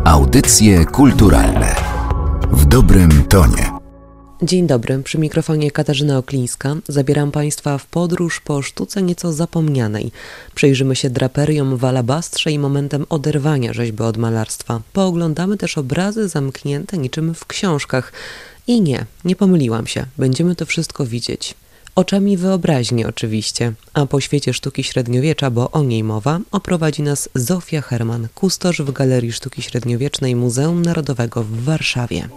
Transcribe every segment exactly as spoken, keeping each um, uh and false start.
Audycje kulturalne w dobrym tonie. Dzień dobry, przy mikrofonie Katarzyna Oklińska. Zabieram Państwa w podróż po sztuce nieco zapomnianej. Przyjrzymy się draperiom w alabastrze i momentem oderwania rzeźby od malarstwa. Pooglądamy też obrazy zamknięte niczym w książkach. I nie, nie pomyliłam się, będziemy to wszystko widzieć. Oczami wyobraźni oczywiście, a po świecie sztuki średniowiecza, bo o niej mowa, oprowadzi nas Zofia Herman, kustosz w Galerii Sztuki Średniowiecznej Muzeum Narodowego w Warszawie.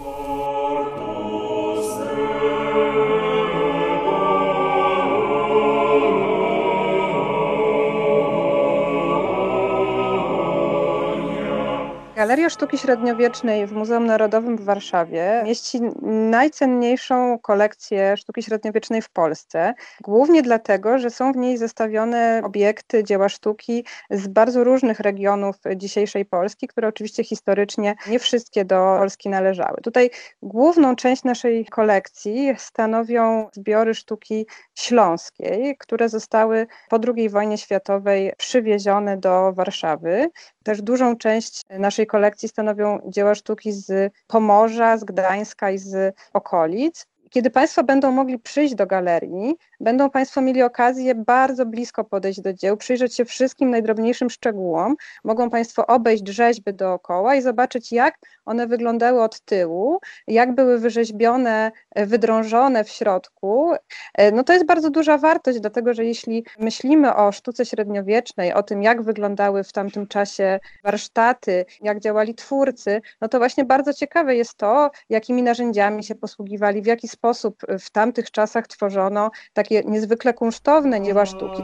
Galeria Sztuki Średniowiecznej w Muzeum Narodowym w Warszawie mieści najcenniejszą kolekcję sztuki średniowiecznej w Polsce, głównie dlatego, że są w niej zestawione obiekty, dzieła sztuki z bardzo różnych regionów dzisiejszej Polski, które oczywiście historycznie nie wszystkie do Polski należały. Tutaj główną część naszej kolekcji stanowią zbiory sztuki śląskiej, które zostały po drugiej wojnie światowej przywiezione do Warszawy. Też dużą część naszej kolekcji stanowią dzieła sztuki z Pomorza, z Gdańska i z okolic. Kiedy Państwo będą mogli przyjść do galerii, będą Państwo mieli okazję bardzo blisko podejść do dzieł, przyjrzeć się wszystkim najdrobniejszym szczegółom. Mogą Państwo obejść rzeźby dookoła i zobaczyć, jak one wyglądały od tyłu, jak były wyrzeźbione, wydrążone w środku. No to jest bardzo duża wartość, dlatego że jeśli myślimy o sztuce średniowiecznej, o tym, jak wyglądały w tamtym czasie warsztaty, jak działali twórcy, no to właśnie bardzo ciekawe jest to, jakimi narzędziami się posługiwali, w jaki sposób w tamtych czasach tworzono takie niezwykle kunsztowne dzieła sztuki.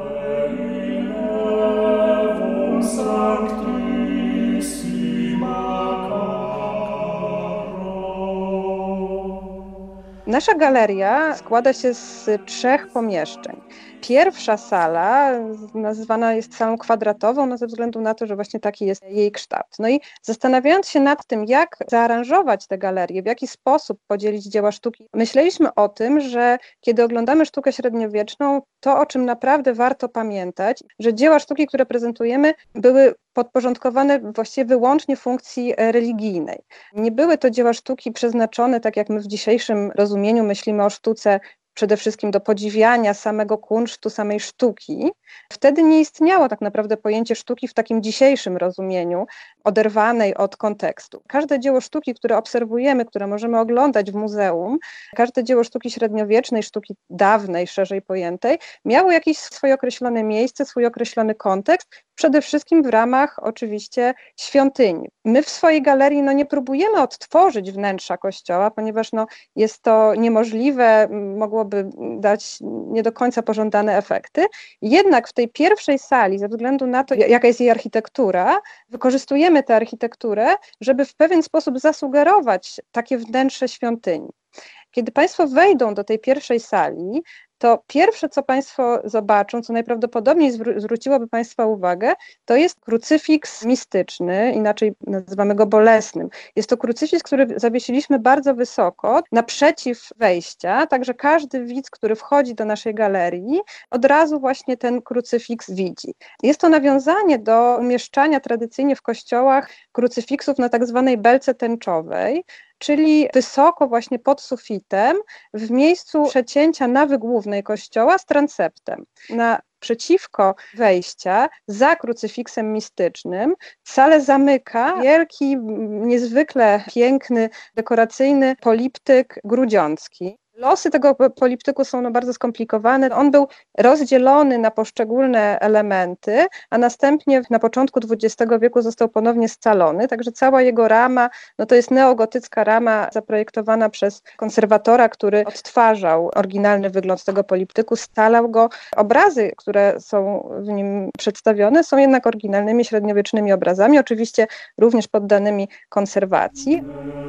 Nasza galeria składa się z trzech pomieszczeń. Pierwsza sala nazywana jest salą kwadratową, no ze względu na to, że właśnie taki jest jej kształt. No i zastanawiając się nad tym, jak zaaranżować tę galerię, w jaki sposób podzielić dzieła sztuki, myśleliśmy o tym, że kiedy oglądamy sztukę średniowieczną, to o czym naprawdę warto pamiętać, że dzieła sztuki, które prezentujemy, były podporządkowane właściwie wyłącznie funkcji religijnej. Nie były to dzieła sztuki przeznaczone, tak jak my w dzisiejszym rozumieniu myślimy o sztuce, przede wszystkim do podziwiania samego kunsztu, samej sztuki. Wtedy nie istniało tak naprawdę pojęcie sztuki w takim dzisiejszym rozumieniu, oderwanej od kontekstu. Każde dzieło sztuki, które obserwujemy, które możemy oglądać w muzeum, każde dzieło sztuki średniowiecznej, sztuki dawnej, szerzej pojętej, miało jakieś swoje określone miejsce, swój określony kontekst, przede wszystkim w ramach oczywiście świątyni. My w swojej galerii no, nie próbujemy odtworzyć wnętrza kościoła, ponieważ no, jest to niemożliwe, mogłoby dać nie do końca pożądane efekty. Jednak w tej pierwszej sali, ze względu na to, jaka jest jej architektura, wykorzystujemy tę architekturę, żeby w pewien sposób zasugerować takie wnętrze świątyni. Kiedy Państwo wejdą do tej pierwszej sali, to pierwsze, co Państwo zobaczą, co najprawdopodobniej zwró- zwróciłoby Państwa uwagę, to jest krucyfiks mistyczny, inaczej nazywamy go bolesnym. Jest to krucyfiks, który zawiesiliśmy bardzo wysoko, naprzeciw wejścia, także każdy widz, który wchodzi do naszej galerii, od razu właśnie ten krucyfiks widzi. Jest to nawiązanie do umieszczania tradycyjnie w kościołach krucyfiksów na tak zwanej belce tęczowej, czyli wysoko właśnie pod sufitem, w miejscu przecięcia nawy głównej kościoła z transeptem. Naprzeciwko wejścia, za krucyfiksem mistycznym, salę zamyka wielki, niezwykle piękny, dekoracyjny poliptyk grudziącki. Losy tego poliptyku są no bardzo skomplikowane. On był rozdzielony na poszczególne elementy, a następnie na początku dwudziestego wieku został ponownie scalony, także cała jego rama, no to jest neogotycka rama zaprojektowana przez konserwatora, który odtwarzał oryginalny wygląd tego poliptyku, scalał go. Obrazy, które są w nim przedstawione, są jednak oryginalnymi średniowiecznymi obrazami, oczywiście również poddanymi konserwacji.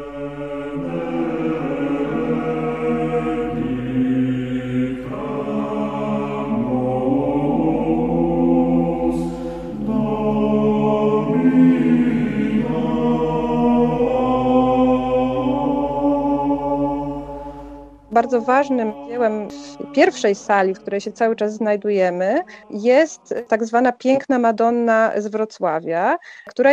Bardzo ważnym dziełem w pierwszej sali, w której się cały czas znajdujemy, jest tak zwana Piękna Madonna z Wrocławia, która jest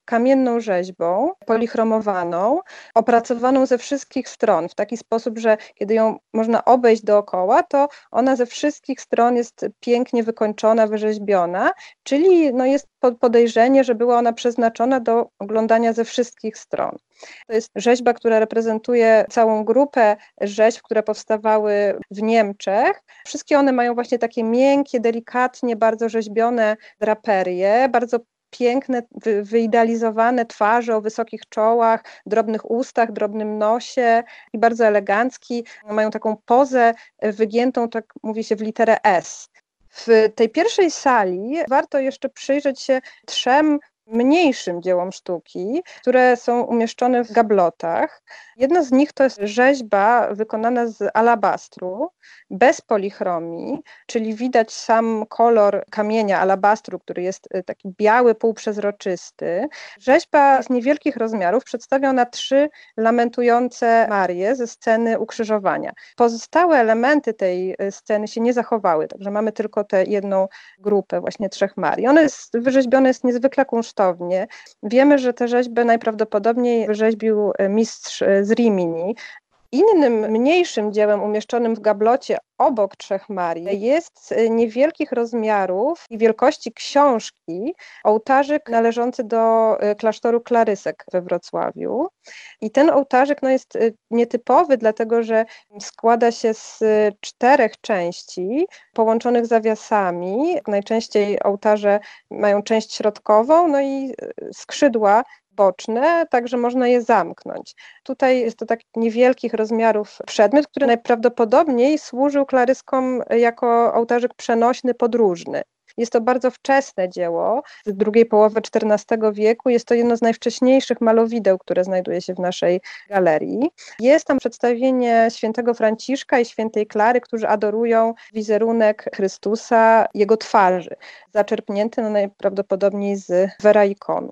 kamienną rzeźbą, polichromowaną, opracowaną ze wszystkich stron, w taki sposób, że kiedy ją można obejść dookoła, to ona ze wszystkich stron jest pięknie wykończona, wyrzeźbiona, czyli no jest podejrzenie, że była ona przeznaczona do oglądania ze wszystkich stron. To jest rzeźba, która reprezentuje całą grupę rzeźb, które powstawały w Niemczech. Wszystkie one mają właśnie takie miękkie, delikatnie, bardzo rzeźbione draperie, bardzo piękne, wy, wyidealizowane twarze o wysokich czołach, drobnych ustach, drobnym nosie i bardzo elegancki. Mają taką pozę wygiętą, tak mówi się, w literę S. W tej pierwszej sali warto jeszcze przyjrzeć się trzem mniejszym dziełom sztuki, które są umieszczone w gablotach. Jedna z nich to jest rzeźba wykonana z alabastru, bez polichromii, czyli widać sam kolor kamienia alabastru, który jest taki biały, półprzezroczysty. Rzeźba z niewielkich rozmiarów przedstawia ona trzy lamentujące Marie ze sceny ukrzyżowania. Pozostałe elementy tej sceny się nie zachowały, także mamy tylko tę jedną grupę właśnie trzech Marii. One jest, wyrzeźbione jest niezwykle kunsztownie. Wiemy, że tę rzeźbę najprawdopodobniej wyrzeźbił mistrz z Rimini. Innym, mniejszym dziełem umieszczonym w gablocie obok trzech Marii jest niewielkich rozmiarów i wielkości książki ołtarzyk należący do klasztoru Klarysek we Wrocławiu. I ten ołtarzyk no, jest nietypowy, dlatego że składa się z czterech części połączonych zawiasami. Najczęściej ołtarze mają część środkową, no i skrzydła boczne, także można je zamknąć. Tutaj jest to tak niewielkich rozmiarów przedmiot, który najprawdopodobniej służył klaryskom jako ołtarzyk przenośny podróżny. Jest to bardzo wczesne dzieło z drugiej połowy czternastego wieku. Jest to jedno z najwcześniejszych malowideł, które znajduje się w naszej galerii. Jest tam przedstawienie świętego Franciszka i świętej Klary, którzy adorują wizerunek Chrystusa, jego twarzy, zaczerpnięty no najprawdopodobniej z Weraikonu,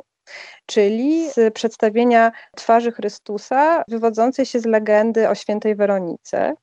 czyli z przedstawienia twarzy Chrystusa wywodzącej się z legendy o świętej Weronice.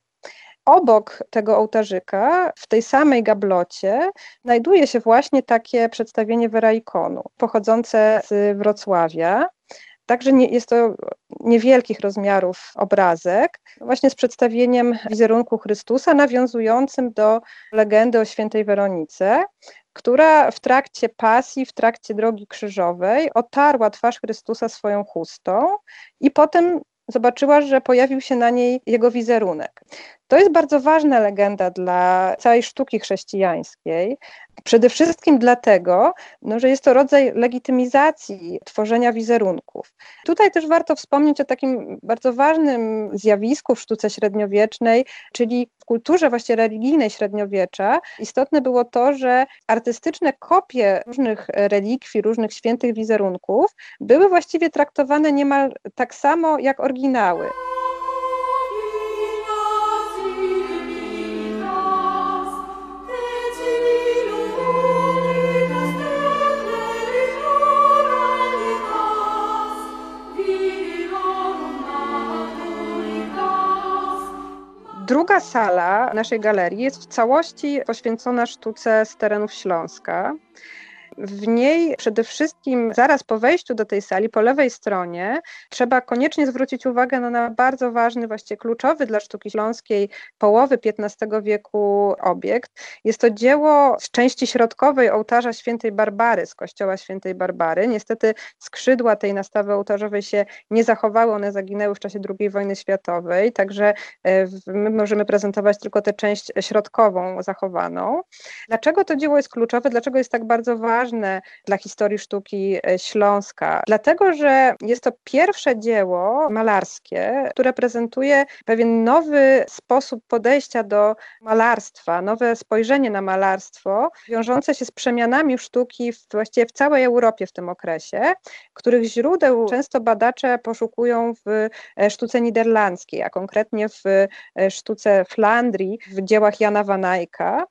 Obok tego ołtarzyka, w tej samej gablocie, znajduje się właśnie takie przedstawienie Weraikonu, pochodzące z Wrocławia. Także nie, jest to niewielkich rozmiarów obrazek, właśnie z przedstawieniem wizerunku Chrystusa, nawiązującym do legendy o świętej Weronice, która w trakcie pasji, w trakcie drogi krzyżowej otarła twarz Chrystusa swoją chustą i potem zobaczyła, że pojawił się na niej jego wizerunek. To jest bardzo ważna legenda dla całej sztuki chrześcijańskiej. Przede wszystkim dlatego, no, że jest to rodzaj legitymizacji tworzenia wizerunków. Tutaj też warto wspomnieć o takim bardzo ważnym zjawisku w sztuce średniowiecznej, czyli w kulturze właśnie religijnej średniowiecza. Istotne było to, że artystyczne kopie różnych relikwii, różnych świętych wizerunków były właściwie traktowane niemal tak samo jak oryginały. Druga sala naszej galerii jest w całości poświęcona sztuce z terenów Śląska. W niej przede wszystkim zaraz po wejściu do tej sali, po lewej stronie, trzeba koniecznie zwrócić uwagę no, na bardzo ważny, właściwie kluczowy dla sztuki śląskiej połowy piętnastego wieku obiekt. Jest to dzieło z części środkowej ołtarza świętej Barbary, z kościoła świętej Barbary. Niestety skrzydła tej nastawy ołtarzowej się nie zachowały, one zaginęły w czasie drugiej wojny światowej, także my możemy prezentować tylko tę część środkową zachowaną. Dlaczego to dzieło jest kluczowe? Dlaczego jest tak bardzo ważne dla historii sztuki Śląska? Dlatego, że jest to pierwsze dzieło malarskie, które prezentuje pewien nowy sposób podejścia do malarstwa, nowe spojrzenie na malarstwo, wiążące się z przemianami sztuki w, właściwie w całej Europie w tym okresie, których źródeł często badacze poszukują w sztuce niderlandzkiej, a konkretnie w sztuce Flandrii, w dziełach Jana van Eycka.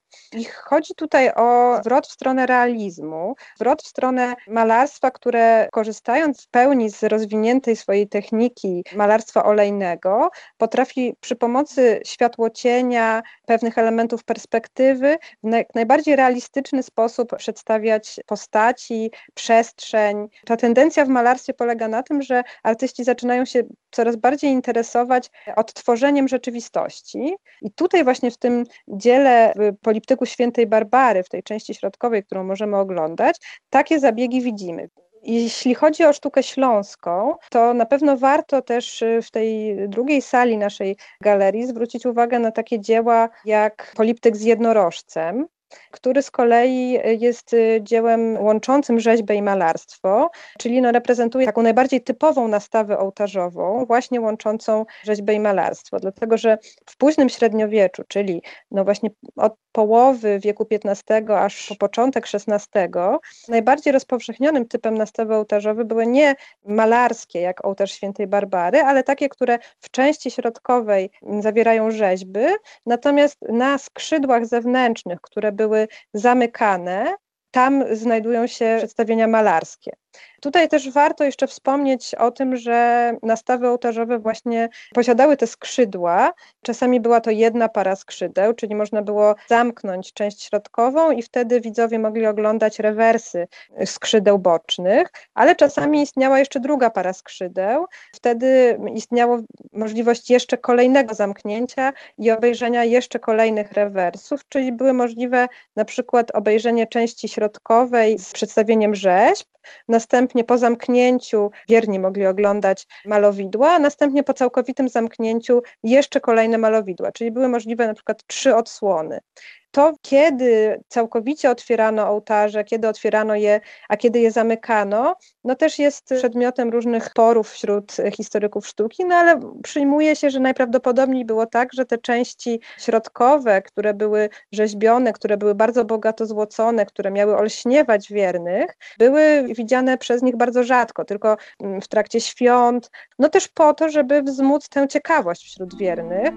I chodzi tutaj o zwrot w stronę realizmu, zwrot w stronę malarstwa, które korzystając w pełni z rozwiniętej swojej techniki malarstwa olejnego, potrafi przy pomocy światłocienia, pewnych elementów perspektywy w jak najbardziej realistyczny sposób przedstawiać postaci, przestrzeń. Ta tendencja w malarstwie polega na tym, że artyści zaczynają się coraz bardziej interesować odtworzeniem rzeczywistości. I tutaj właśnie w tym dziele Poliptyku Świętej Barbary, w tej części środkowej, którą możemy oglądać, takie zabiegi widzimy. Jeśli chodzi o sztukę śląską, to na pewno warto też w tej drugiej sali naszej galerii zwrócić uwagę na takie dzieła jak Poliptyk z jednorożcem, który z kolei jest dziełem łączącym rzeźbę i malarstwo, czyli no reprezentuje taką najbardziej typową nastawę ołtarzową, właśnie łączącą rzeźbę i malarstwo, dlatego że w późnym średniowieczu, czyli no właśnie od połowy wieku piętnastego aż po początek szesnastego, najbardziej rozpowszechnionym typem nastawy ołtarzowej były nie malarskie, jak ołtarz Świętej Barbary, ale takie, które w części środkowej zawierają rzeźby, natomiast na skrzydłach zewnętrznych, które były zamykane, tam znajdują się przedstawienia malarskie. Tutaj też warto jeszcze wspomnieć o tym, że nastawy ołtarzowe właśnie posiadały te skrzydła. Czasami była to jedna para skrzydeł, czyli można było zamknąć część środkową i wtedy widzowie mogli oglądać rewersy skrzydeł bocznych, ale czasami istniała jeszcze druga para skrzydeł. Wtedy istniała możliwość jeszcze kolejnego zamknięcia i obejrzenia jeszcze kolejnych rewersów, czyli były możliwe na przykład obejrzenie części środkowej z przedstawieniem rzeźb, następnie po zamknięciu wierni mogli oglądać malowidła, a następnie po całkowitym zamknięciu jeszcze kolejne malowidła, czyli były możliwe na przykład trzy odsłony. To, kiedy całkowicie otwierano ołtarze, kiedy otwierano je, a kiedy je zamykano, no też jest przedmiotem różnych sporów wśród historyków sztuki, no ale przyjmuje się, że najprawdopodobniej było tak, że te części środkowe, które były rzeźbione, które były bardzo bogato złocone, które miały olśniewać wiernych, były widziane przez nich bardzo rzadko, tylko w trakcie świąt, no też po to, żeby wzmóc tę ciekawość wśród wiernych.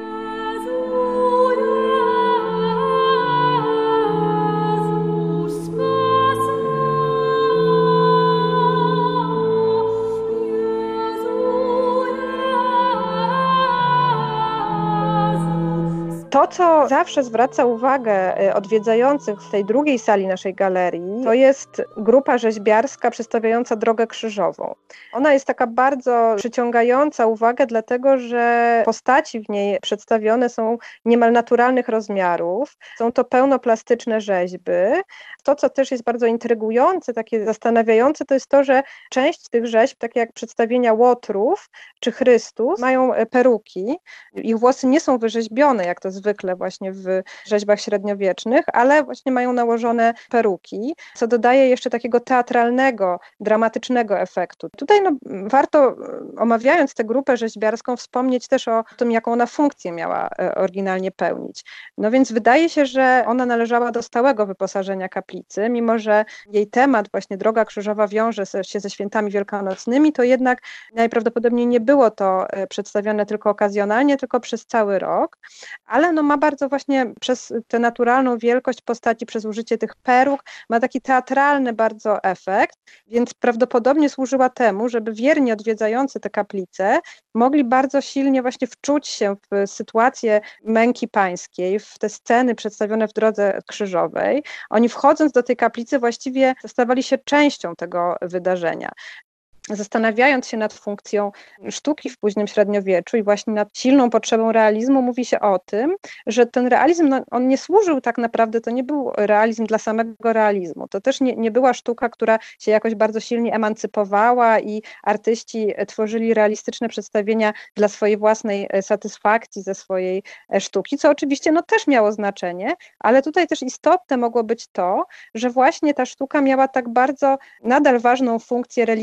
To, co zawsze zwraca uwagę odwiedzających w tej drugiej sali naszej galerii, to jest grupa rzeźbiarska przedstawiająca Drogę Krzyżową. Ona jest taka bardzo przyciągająca uwagę, dlatego że postaci w niej przedstawione są niemal naturalnych rozmiarów. Są to pełnoplastyczne rzeźby. To, co też jest bardzo intrygujące, takie zastanawiające, to jest to, że część tych rzeźb, takie jak przedstawienia Łotrów czy Chrystus, mają peruki. Ich włosy nie są wyrzeźbione, jak to zwykle właśnie w rzeźbach średniowiecznych, ale właśnie mają nałożone peruki, co dodaje jeszcze takiego teatralnego, dramatycznego efektu. Tutaj no, warto, omawiając tę grupę rzeźbiarską, wspomnieć też o tym, jaką ona funkcję miała oryginalnie pełnić. No więc wydaje się, że ona należała do stałego wyposażenia kaplicy, mimo że jej temat, właśnie Droga Krzyżowa, wiąże się ze świętami wielkanocnymi, to jednak najprawdopodobniej nie było to przedstawione tylko okazjonalnie, tylko przez cały rok, ale no ma bardzo właśnie przez tę naturalną wielkość postaci, przez użycie tych peruk, ma taki teatralny bardzo efekt, więc prawdopodobnie służyła temu, żeby wierni odwiedzający te kaplice mogli bardzo silnie właśnie wczuć się w sytuację męki pańskiej, w te sceny przedstawione w Drodze Krzyżowej. Oni wchodząc do tej kaplicy właściwie stawali się częścią tego wydarzenia. Zastanawiając się nad funkcją sztuki w późnym średniowieczu i właśnie nad silną potrzebą realizmu, mówi się o tym, że ten realizm, no, on nie służył tak naprawdę, to nie był realizm dla samego realizmu. To też nie, nie była sztuka, która się jakoś bardzo silnie emancypowała i artyści tworzyli realistyczne przedstawienia dla swojej własnej satysfakcji ze swojej sztuki, co oczywiście no, też miało znaczenie, ale tutaj też istotne mogło być to, że właśnie ta sztuka miała tak bardzo nadal ważną funkcję religijną,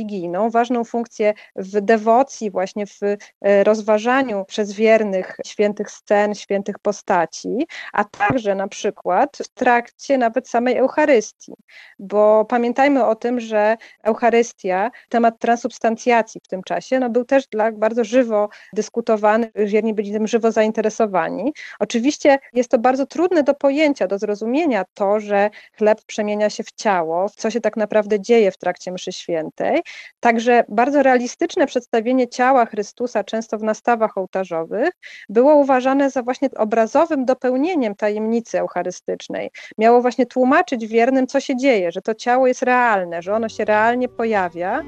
ważną funkcję w dewocji, właśnie w rozważaniu przez wiernych świętych scen, świętych postaci, a także na przykład w trakcie nawet samej Eucharystii, bo pamiętajmy o tym, że Eucharystia, temat transubstancjacji w tym czasie, no był też dla bardzo żywo dyskutowany, wierni byli tym żywo zainteresowani. Oczywiście jest to bardzo trudne do pojęcia, do zrozumienia to, że chleb przemienia się w ciało, co się tak naprawdę dzieje w trakcie mszy świętej. Także bardzo realistyczne przedstawienie ciała Chrystusa, często w nastawach ołtarzowych, było uważane za właśnie obrazowym dopełnieniem tajemnicy eucharystycznej. Miało właśnie tłumaczyć wiernym, co się dzieje, że to ciało jest realne, że ono się realnie pojawia.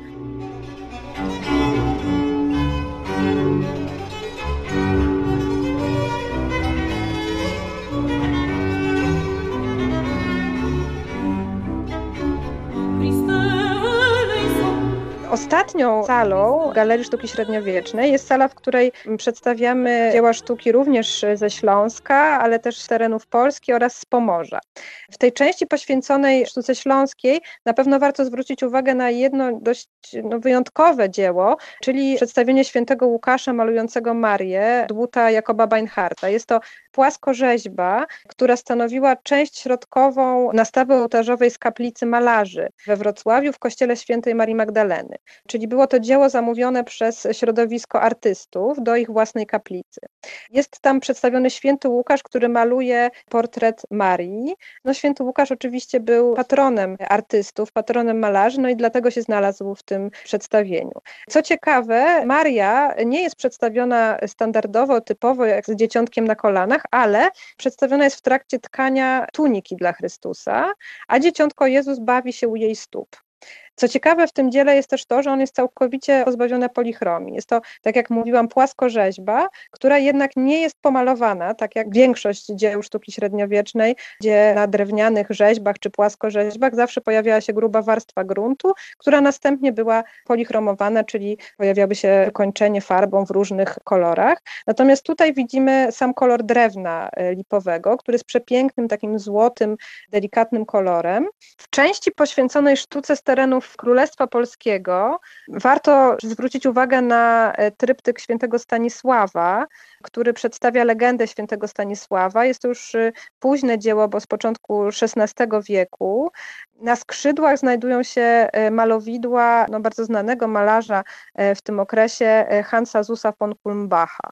Ostatnią salą Galerii Sztuki Średniowiecznej jest sala, w której przedstawiamy dzieła sztuki również ze Śląska, ale też z terenów Polski oraz z Pomorza. W tej części poświęconej sztuce śląskiej na pewno warto zwrócić uwagę na jedno dość no, wyjątkowe dzieło, czyli przedstawienie świętego Łukasza malującego Marię dłuta Jakoba Beinhardta. Jest to płaskorzeźba, która stanowiła część środkową nastawy ołtarzowej z kaplicy malarzy we Wrocławiu w kościele świętej Marii Magdaleny. Czyli było to dzieło zamówione przez środowisko artystów do ich własnej kaplicy. Jest tam przedstawiony święty Łukasz, który maluje portret Marii. No, święty Łukasz oczywiście był patronem artystów, patronem malarzy, no i dlatego się znalazł w tym przedstawieniu. Co ciekawe, Maria nie jest przedstawiona standardowo, typowo jak z dzieciątkiem na kolanach, ale przedstawiona jest w trakcie tkania tuniki dla Chrystusa, a dzieciątko Jezus bawi się u jej stóp. Co ciekawe w tym dziele jest też to, że on jest całkowicie pozbawiony polichromii. Jest to, tak jak mówiłam, płaskorzeźba, która jednak nie jest pomalowana, tak jak większość dzieł sztuki średniowiecznej, gdzie na drewnianych rzeźbach czy płaskorzeźbach zawsze pojawiała się gruba warstwa gruntu, która następnie była polichromowana, czyli pojawiałoby się kończenie farbą w różnych kolorach. Natomiast tutaj widzimy sam kolor drewna lipowego, który jest przepięknym, takim złotym, delikatnym kolorem. W części poświęconej sztuce z terenów Królestwa Polskiego warto zwrócić uwagę na tryptyk świętego Stanisława, który przedstawia legendę świętego Stanisława. Jest to już późne dzieło, bo z początku szesnastego wieku. Na skrzydłach znajdują się malowidła no, bardzo znanego malarza w tym okresie, Hansa Zusa von Kulmbacha.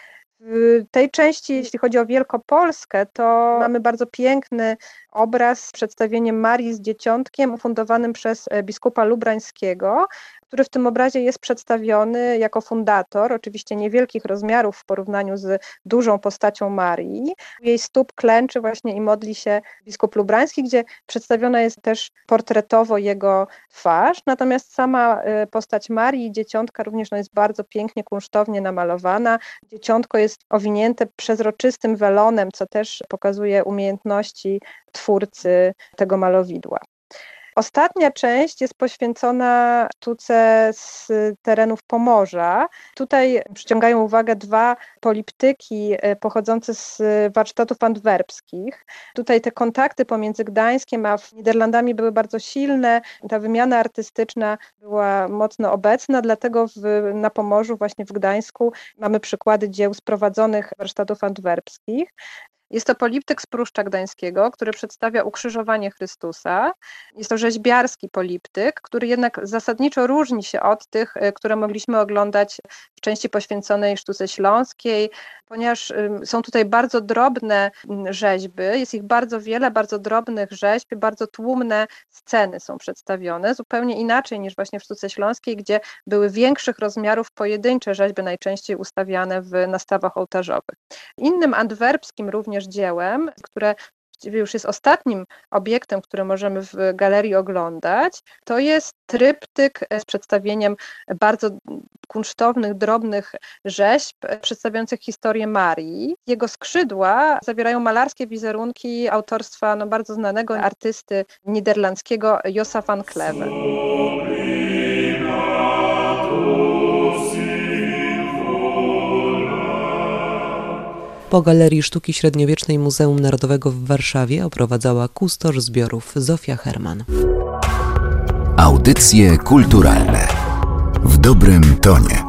W tej części, jeśli chodzi o Wielkopolskę, to mamy bardzo piękny obraz z przedstawieniem Marii z dzieciątkiem ufundowanym przez biskupa lubrańskiego, który w tym obrazie jest przedstawiony jako fundator, oczywiście niewielkich rozmiarów w porównaniu z dużą postacią Marii. U jej stóp klęczy właśnie i modli się biskup lubrański, gdzie przedstawiona jest też portretowo jego twarz, natomiast sama postać Marii i dzieciątka również no, jest bardzo pięknie, kunsztownie namalowana. Dzieciątko jest owinięte przezroczystym welonem, co też pokazuje umiejętności twórcy tego malowidła. Ostatnia część jest poświęcona sztuce z terenów Pomorza. Tutaj przyciągają uwagę dwa poliptyki pochodzące z warsztatów antwerpskich. Tutaj te kontakty pomiędzy Gdańskiem a Niderlandami były bardzo silne. Ta wymiana artystyczna była mocno obecna, dlatego w, na Pomorzu, właśnie w Gdańsku, mamy przykłady dzieł sprowadzonych warsztatów antwerpskich. Jest to poliptyk z Pruszcza Gdańskiego, który przedstawia ukrzyżowanie Chrystusa. Jest to rzeźbiarski poliptyk, który jednak zasadniczo różni się od tych, które mogliśmy oglądać w części poświęconej sztuce śląskiej, ponieważ są tutaj bardzo drobne rzeźby, jest ich bardzo wiele, bardzo drobnych rzeźb, bardzo tłumne sceny są przedstawione, zupełnie inaczej niż właśnie w sztuce śląskiej, gdzie były większych rozmiarów pojedyncze rzeźby najczęściej ustawiane w nastawach ołtarzowych. Innym antwerpskim również dziełem, które już jest ostatnim obiektem, który możemy w galerii oglądać, to jest tryptyk z przedstawieniem bardzo kunsztownych, drobnych rzeźb przedstawiających historię Marii. Jego skrzydła zawierają malarskie wizerunki autorstwa no, bardzo znanego artysty niderlandzkiego Josa van Cleven. Po Galerii Sztuki Średniowiecznej Muzeum Narodowego w Warszawie oprowadzała kustosz zbiorów Zofia Herman. Audycje kulturalne W dobrym tonie.